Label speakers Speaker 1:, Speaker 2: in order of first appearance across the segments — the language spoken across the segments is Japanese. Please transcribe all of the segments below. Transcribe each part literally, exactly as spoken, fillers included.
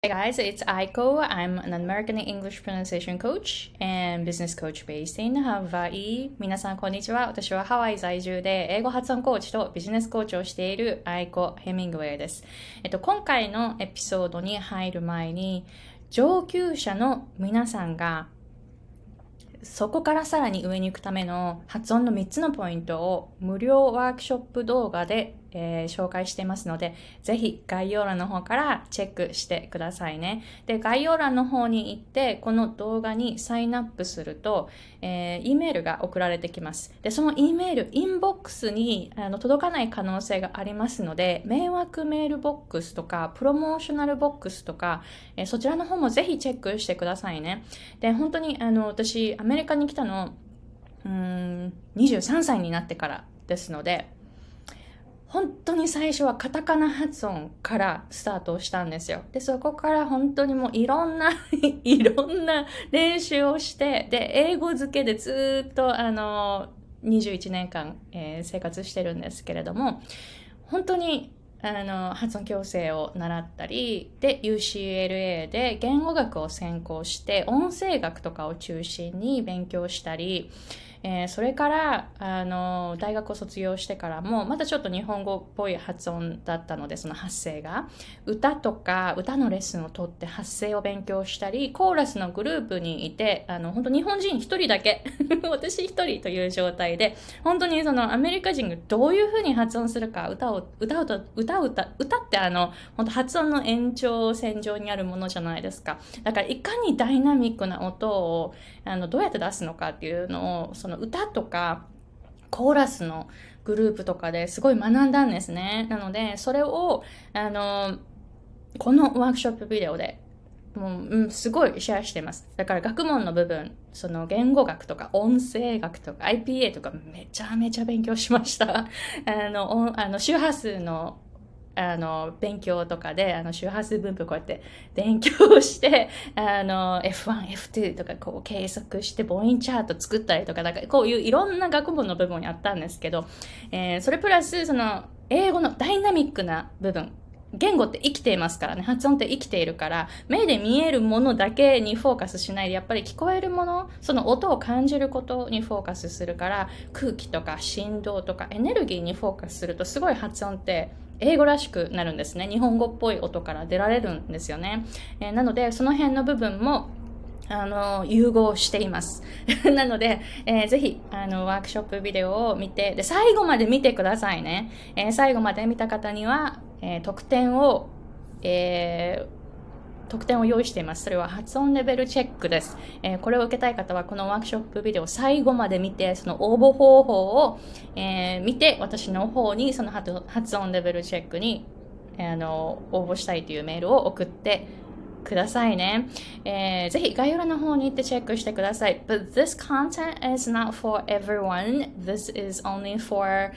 Speaker 1: Hey guys, it's Aiko. I'm an American English pronunciation coach and business coach based in Hawaii. 皆さん、こんにちは。私はハワイ在住で英語発音コーチとビジネスコーチをしているアイコ・ヘミングウェイです。えっと、今回のエピソードに入る前に、上級者の皆さんがそこからさらに上に行くための発音のみっつのポイントを無料ワークショップ動画で、えー、紹介していますので、ぜひ概要欄の方からチェックしてくださいね。で、概要欄の方に行って、この動画にサインアップすると、えー、E メールが送られてきます。で、その E メール、インボックスにあの届かない可能性がありますので、迷惑メールボックスとか、プロモーショナルボックスとか、えー、そちらの方もぜひチェックしてくださいね。で、本当にあの私、アメリカに来たの、うーん、にじゅうさんさいになってからですので、本当に最初はカタカナ発音からスタートをしたんですよ。で、そこから本当にもういろんな、いろんな練習をして、で、英語漬けでずっとあの、にじゅういちねんかん、えー、生活してるんですけれども、本当にあの発音矯正を習ったり、で ユーシーエルエー で言語学を専攻して音声学とかを中心に勉強したり、えー、それからあの大学を卒業してからもまたちょっと日本語っぽい発音だったので、その発声が歌とか歌のレッスンを取って発声を勉強したり、コーラスのグループにいて、あの本当日本人一人だけ私一人という状態で、本当にそのアメリカ人がどういう風に発音するか、歌を歌うと歌う歌歌ってあの本当発音の延長線上にあるものじゃないですか。だからいかにダイナミックな音をあのどうやって出すのかっていうのを、その歌とかコーラスのグループとかですごい学んだんですね。なのでそれをあのこのワークショップビデオでもう、うん、すごいシェアしています。だから学問の部分、その言語学とか音声学とか アイピーエー とかめちゃめちゃ勉強しました。あの、あの周波数のあの勉強とかであの周波数分布こうやって勉強してあの エフワン、エフツー とかこう計測して母音チャート作ったりとか、だからこういういろんな学問の部分をやったんですけど、えー、それプラスその英語のダイナミックな部分、言語って生きていますからね、発音って生きているから、目で見えるものだけにフォーカスしないで、やっぱり聞こえるもの、その音を感じることにフォーカスするから、空気とか振動とかエネルギーにフォーカスすると、すごい発音って英語らしくなるんですね。日本語っぽい音から出られるんですよね。えー、なのでその辺の部分もあの融合していますなので、えー、ぜひあのワークショップビデオを見て、で最後まで見てくださいね。えー、最後まで見た方には、えー、特典を、えー特典を用意しています。それは発音レベルチェックです。えー、これを受けたい方はこのワークショップビデオを最後まで見て、その応募方法を、えー、見て、私の方にその発音レベルチェックに、えー、あの応募したいというメールを送ってくださいね。えー、ぜひ概要欄の方に行ってチェックしてください。But this content is not for everyone. This is only for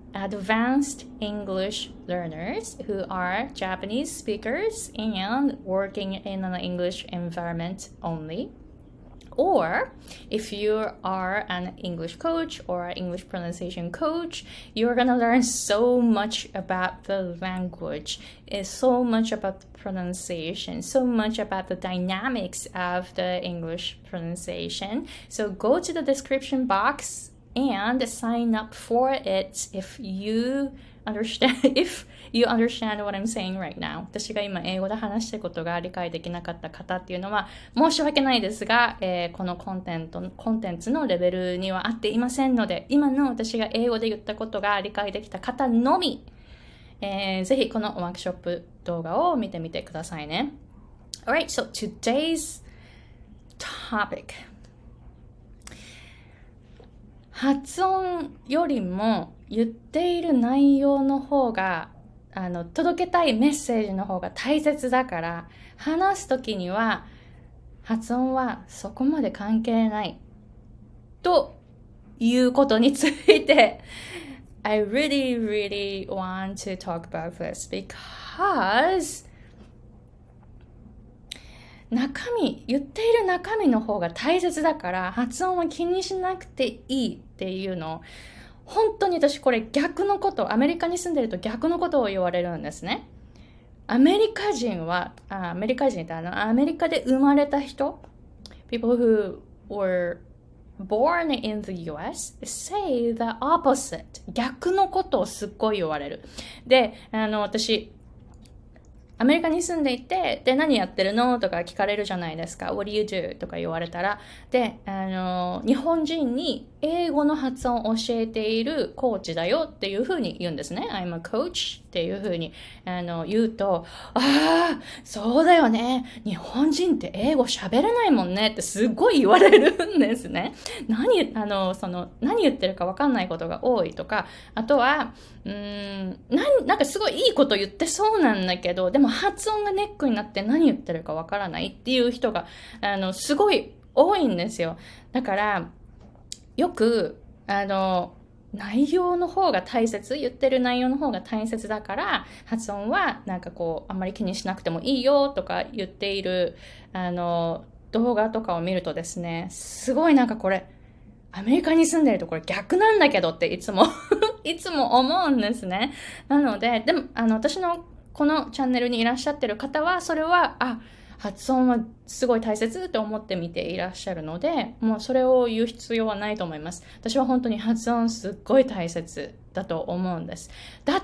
Speaker 1: advanced English learners who are Japanese speakers and working in an English environment only. Or if you are an English coach or English pronunciation coach, you're gonna learn so much about the language, so much about the pronunciation, so much about the dynamics of the English pronunciation. So go to the description box and sign up for it if you understand if you understand what I'm saying right now. 私が今英語で話したことが理解できなかった方っていうのは申し訳ないですが、えー、このコンテンツコンテンツのレベルには合っていませんので、今の私が英語で言ったことが理解できた方のみ、えー、ぜひこのワークショップ動画を見てみてくださいね。Alright, so today's topic、発音よりも言っている内容の方が、あの届けたいメッセージの方が大切だから、話すときには発音はそこまで関係ないということについてI really really want to talk about this because 中身、言っている中身の方が大切だから発音は気にしなくていいっていうの、本当に私これ逆のこと、アメリカに住んでると逆のことを言われるんですね。 アメリカ人は、あアメリカ人ってあの、アメリカで生まれた人、people who were born in the ユーエス say the opposite. 逆のことをすっごい言われる。で、あの、私、アメリカに住んでいて、で、何やってるのとか聞かれるじゃないですか。What do you do? とか言われたら、で、あの、日本人に英語の発音を教えているコーチだよっていうふうに言うんですね。I'm a coach っていうふうにあの言うと、ああ、そうだよね。日本人って英語喋れないもんねってすごい言われるんですね。何、あの、その、何言ってるかわかんないことが多いとか、あとは、うーん、なん、なんかすごいいいこと言ってそうなんだけど、でも発音がネックになって何言ってるかわからないっていう人が、あの、すごい多いんですよ。だから、よく、あの、内容の方が大切、言ってる内容の方が大切だから、発音はなんかこう、あんまり気にしなくてもいいよとか言っている、あの、動画とかを見るとですね、すごいなんかこれ、アメリカに住んでるとこれ逆なんだけどっていつもいつも思うんですね。なので、でも、あの、私のこのチャンネルにいらっしゃってる方は、それは、あ、発音はすごい大切って思って見ていらっしゃるので、もうそれを言う必要はないと思います。私は本当に発音すっごい大切だと思うんです。だって、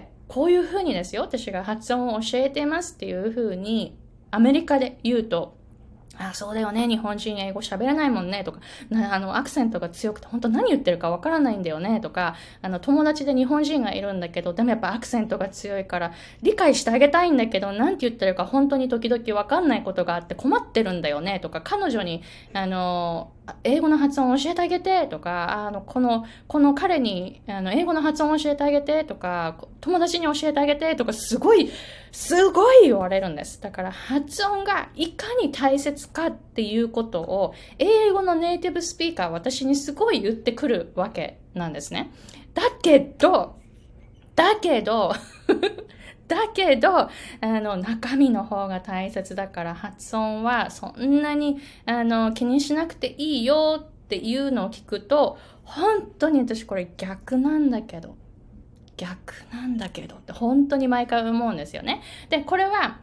Speaker 1: こういうふうにですよ、私が発音を教えていますっていうふうに、アメリカで言うと、あ、そうだよね。日本人英語喋れないもんね。とか、あの、アクセントが強くて、本当何言ってるかわからないんだよね。とか、あの、友達で日本人がいるんだけど、でもやっぱアクセントが強いから、理解してあげたいんだけど、なんて言ってるか本当に時々わかんないことがあって困ってるんだよね。とか、彼女に、あの、英語の発音を教えてあげて。とか、あの、この、この彼に、あの、英語の発音を教えてあげて。とか、友達に教えてあげて。とか、すごい、すごい言われるんです。だから発音がいかに大切かっていうことを英語のネイティブスピーカーは私にすごい言ってくるわけなんですね。だけど、だけど、だけど、あの、中身の方が大切だから発音はそんなにあの気にしなくていいよっていうのを聞くと、本当に私これ逆なんだけど。逆なんだけどって本当に毎回思うんですよね。で、これは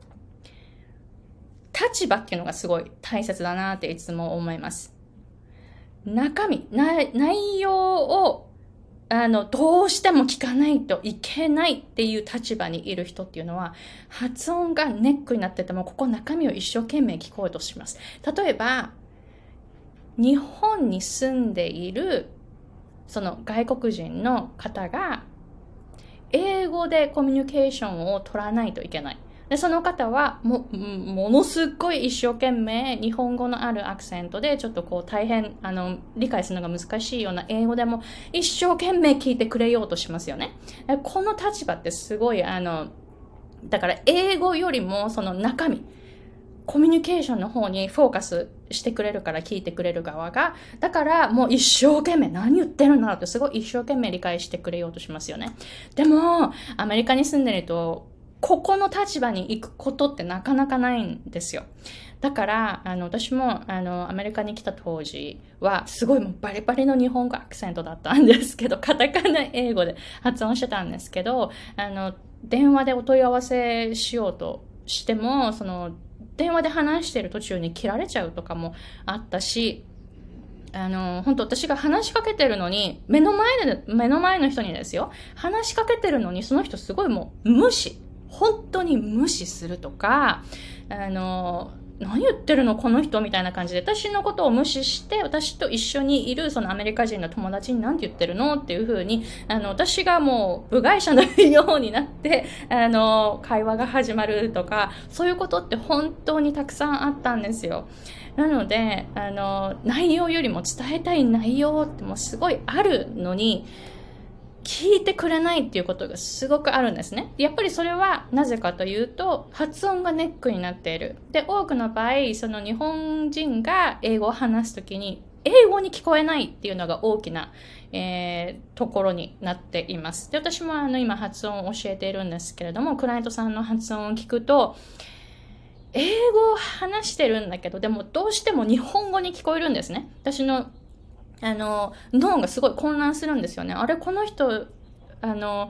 Speaker 1: 立場っていうのがすごい大切だなっていつも思います。中身、内容をあのどうしても聞かないといけないっていう立場にいる人っていうのは発音がネックになっててもここ中身を一生懸命聞こうとします。例えば日本に住んでいるその外国人の方が英語でコミュニケーションを取らないといけない。で、その方はも、ものすっごい一生懸命日本語のあるアクセントでちょっとこう大変、あの、理解するのが難しいような英語でも一生懸命聞いてくれようとしますよね。この立場ってすごい、あの、だから英語よりもその中身、コミュニケーションの方にフォーカスしてくれるから聞いてくれる側が。だからもう一生懸命何言ってるんだろうってすごい一生懸命理解してくれようとしますよね。でも、アメリカに住んでると、ここの立場に行くことってなかなかないんですよ。だから、あの、私も、あの、アメリカに来た当時は、すごいもうバリバリの日本語アクセントだったんですけど、カタカナ英語で発音してたんですけど、あの、電話でお問い合わせしようとしても、その、電話で話してる途中に切られちゃうとかもあったし、あの、本当私が話しかけてるのに、目の前で、目の前の人にですよ、話しかけてるのに、その人すごいもう無視。本当に無視するとか、あの、何言ってるのこの人みたいな感じで、私のことを無視して、私と一緒にいるそのアメリカ人の友達に何て言ってるのっていう風に、あの、私がもう部外者のようになって、あの、会話が始まるとか、そういうことって本当にたくさんあったんですよ。なので、あの、内容よりも伝えたい内容ってもうすごいあるのに、聞いてくれないっていうことがすごくあるんですね。やっぱりそれはなぜかというと発音がネックになっている。で、多くの場合、その日本人が英語を話すときに英語に聞こえないっていうのが大きな、えー、ところになっています。で、私もあの今発音を教えているんですけれども、クライアントさんの発音を聞くと、英語を話してるんだけど、でもどうしても日本語に聞こえるんですね。私のあの、脳がすごい混乱するんですよね。あれ、この人、あの、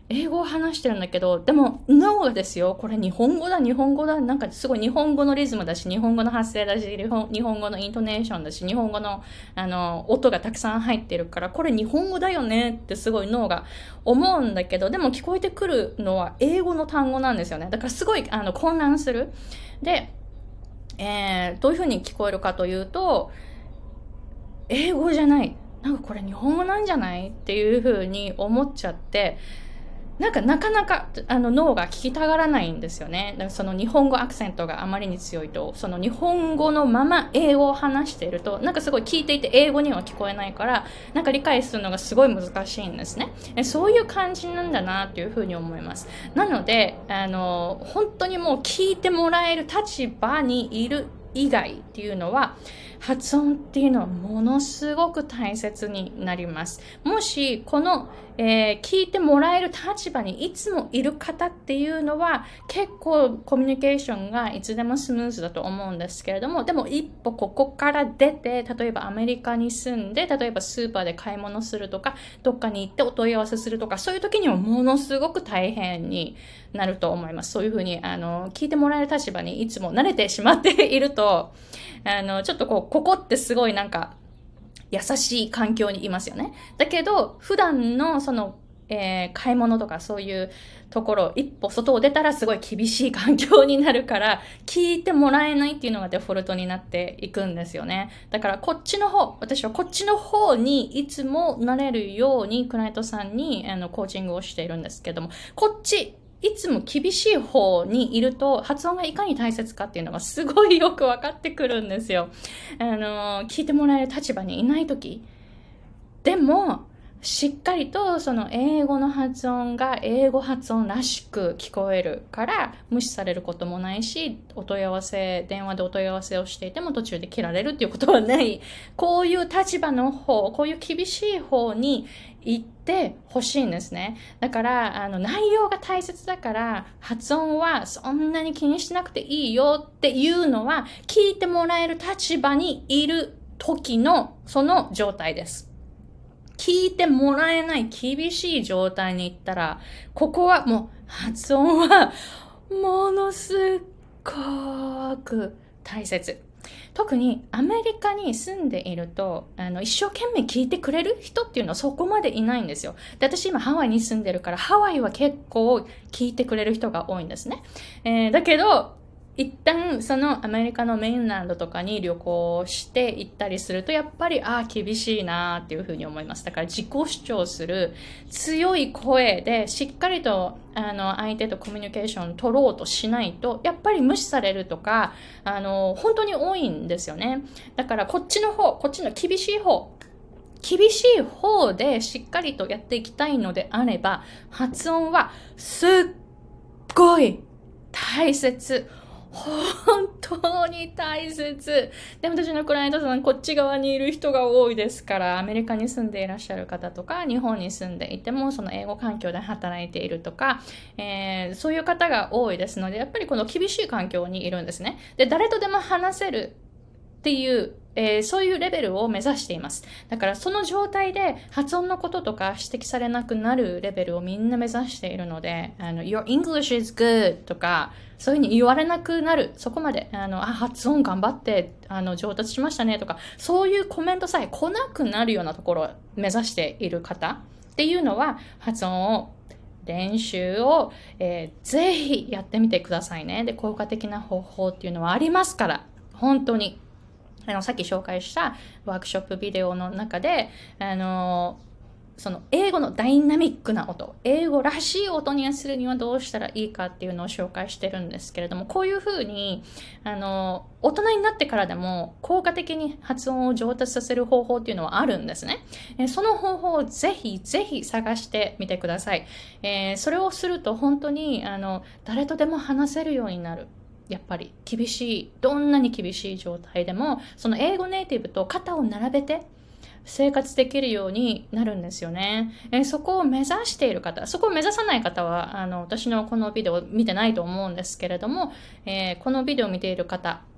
Speaker 1: 英語を話してるんだけど、でも脳がですよ、これ日本語だ、日本語だ、なんかすごい日本語のリズムだし、日本語の発声だし、日本日本語のイントネーションだし、日本語のあの音がたくさん入ってるから、これ日本語だよねってすごい脳が思うんだけど、でも聞こえてくるのは英語の単語なんですよね。だからすごいあの混乱する。で、えー、どういう風に聞こえるかというと、英語じゃない。なんかこれ日本語なんじゃないっていう風に思っちゃって、なんかなかなかあの脳が聞きたがらないんですよね。だからその日本語アクセントがあまりに強いと、その日本語のまま英語を話していると、なんかすごい聞いていて英語には聞こえないから、なんか理解するのがすごい難しいんですね。そういう感じなんだなっていうふうに思います。なので、あの、本当にもう聞いてもらえる立場にいる以外っていうのは、発音っていうのはものすごく大切になります。もしこの、えー、聞いてもらえる立場にいつもいる方っていうのは結構コミュニケーションがいつでもスムーズだと思うんですけれども、でも一歩ここから出て、例えばアメリカに住んで、例えばスーパーで買い物するとか、どっかに行ってお問い合わせするとか、そういう時にはものすごく大変になると思います。そういうふうにあの聞いてもらえる立場にいつも慣れてしまっていると、あのちょっとこうここってすごいなんか優しい環境にいますよね。だけど普段のその、えー、買い物とかそういうところ一歩外を出たらすごい厳しい環境になるから、聞いてもらえないっていうのがデフォルトになっていくんですよね。だからこっちの方、私はこっちの方にいつもなれるようにクライアントさんにあのコーチングをしているんですけども、こっちいつも厳しい方にいると発音がいかに大切かっていうのがすごいよく分かってくるんですよ。あの聞いてもらえる立場にいない時でもしっかりとその英語の発音が英語発音らしく聞こえるから無視されることもないし、お問い合わせ電話でお問い合わせをしていても途中で切られるっていうことはない。こういう立場の方、こういう厳しい方に行ってほしいんですね。だからあの内容が大切だから発音はそんなに気にしなくていいよっていうのは、聞いてもらえる立場にいる時のその状態です。聞いてもらえない厳しい状態に行ったら、ここはもう発音はものすっごく大切。特にアメリカに住んでいると、あの一生懸命聞いてくれる人っていうのはそこまでいないんですよ。で、私今ハワイに住んでるから、ハワイは結構聞いてくれる人が多いんですね。えー、だけど、一旦そのアメリカのメインランドとかに旅行して行ったりすると、やっぱりああ厳しいなっていうふうに思います。だから自己主張する強い声でしっかりとあの相手とコミュニケーション取ろうとしないと、やっぱり無視されるとかあの本当に多いんですよね。だからこっちの方、こっちの厳しい方厳しい方でしっかりとやっていきたいのであれば、発音はすっごい大切。本当に大切。でも私のクライアントさんこっち側にいる人が多いですから、アメリカに住んでいらっしゃる方とか日本に住んでいてもその英語環境で働いているとか、えー、そういう方が多いですので、やっぱりこの厳しい環境にいるんですね。で、誰とでも話せるっていうえー、そういうレベルを目指しています。だからその状態で発音のこととか指摘されなくなるレベルをみんな目指しているので、あの Your English is good とかそういうふうに言われなくなる、そこまであのあ発音頑張ってあの上達しましたねとか、そういうコメントさえ来なくなるようなところを目指している方っていうのは、発音を練習を、えー、ぜひやってみてくださいね。で、効果的な方法っていうのはありますから、本当にあのさっき紹介したワークショップビデオの中で、あのその英語のダイナミックな音、英語らしい音にするにはどうしたらいいかっていうのを紹介してるんですけれども、こういうふうにあの大人になってからでも効果的に発音を上達させる方法っていうのはあるんですね。えその方法をぜひぜひ探してみてください。えー、それをすると本当にあの誰とでも話せるようになる。やっぱり厳しい、どんなに厳しい状態でもその英語ネイティブと肩を並べて生活できるようになるんですよね。えそこを目指している方、そこを目指さない方はあの私のこのビデオを見てないと思うんですけれども、えー、このビデオを見ている方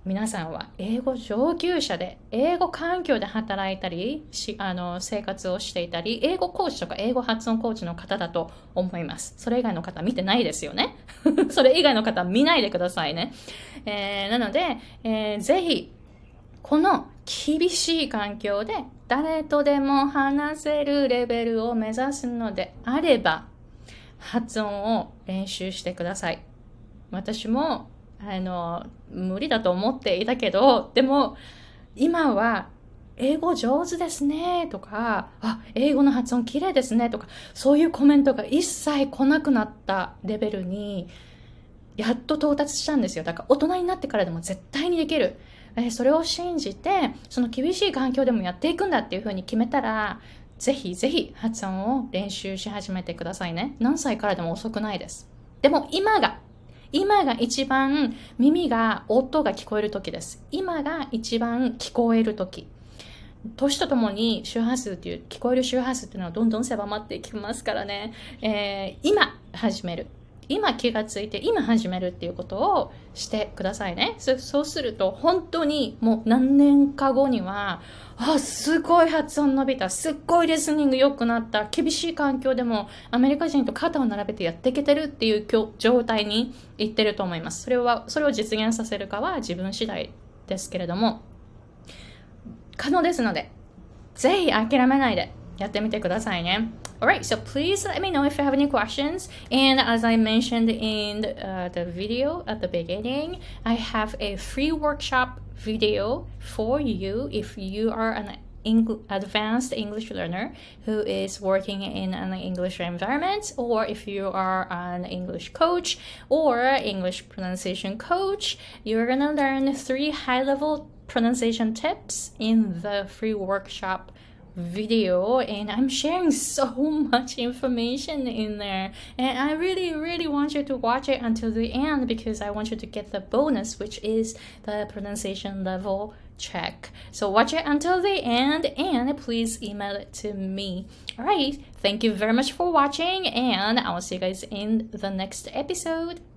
Speaker 1: 皆さんは英語上級者で英語環境で働いたりしあの生活をしていたり、英語コーチとか英語発音コーチの方だと思います。それ以外の方見てないですよね。それ以外の方見ないでくださいね。えー、なので、えー、ぜひこの厳しい環境で誰とでも話せるレベルを目指すのであれば、発音を練習してください。私もあの無理だと思っていたけど、でも今は英語上手ですねとか、あ、英語の発音綺麗ですねとか、そういうコメントが一切来なくなったレベルにやっと到達したんですよ。だから大人になってからでも絶対にできる。えー、それを信じて、その厳しい環境でもやっていくんだっていう風に決めたら、ぜひぜひ発音を練習し始めてくださいね。何歳からでも遅くないです。でも今が今が一番耳が音が聞こえる時です。今が一番聞こえる時。年とともに周波数っていう聞こえる周波数っていうのはどんどん狭まっていきますからね。えー、今始める。今気がついて今始めるっていうことをしてくださいね。そ、そうすると本当にもう何年か後には、あ、すごい発音伸びた、すっごいリスニング良くなった、厳しい環境でもアメリカ人と肩を並べてやっていけてるっていう状態にいってると思います。それは、それを実現させるかは自分次第ですけれども、可能ですので、ぜひ諦めないでやってみてくださいね。Alright, so please let me know if you have any questions. And as I mentioned in the, uh, the video at the beginning, I have a free workshop video for you if you are an Eng- advanced English learner who is working in an English environment, or if you are an English coach or English pronunciation coach. You're gonna learn three high-level pronunciation tips in the free workshop video, and I'm sharing so much information in there, and I really really want you to watch it until the end because I want you to get the bonus, which is the pronunciation level check. So watch it until the end and please email it to me. All right, thank you very much for watching, and I will see you guys in the next episode.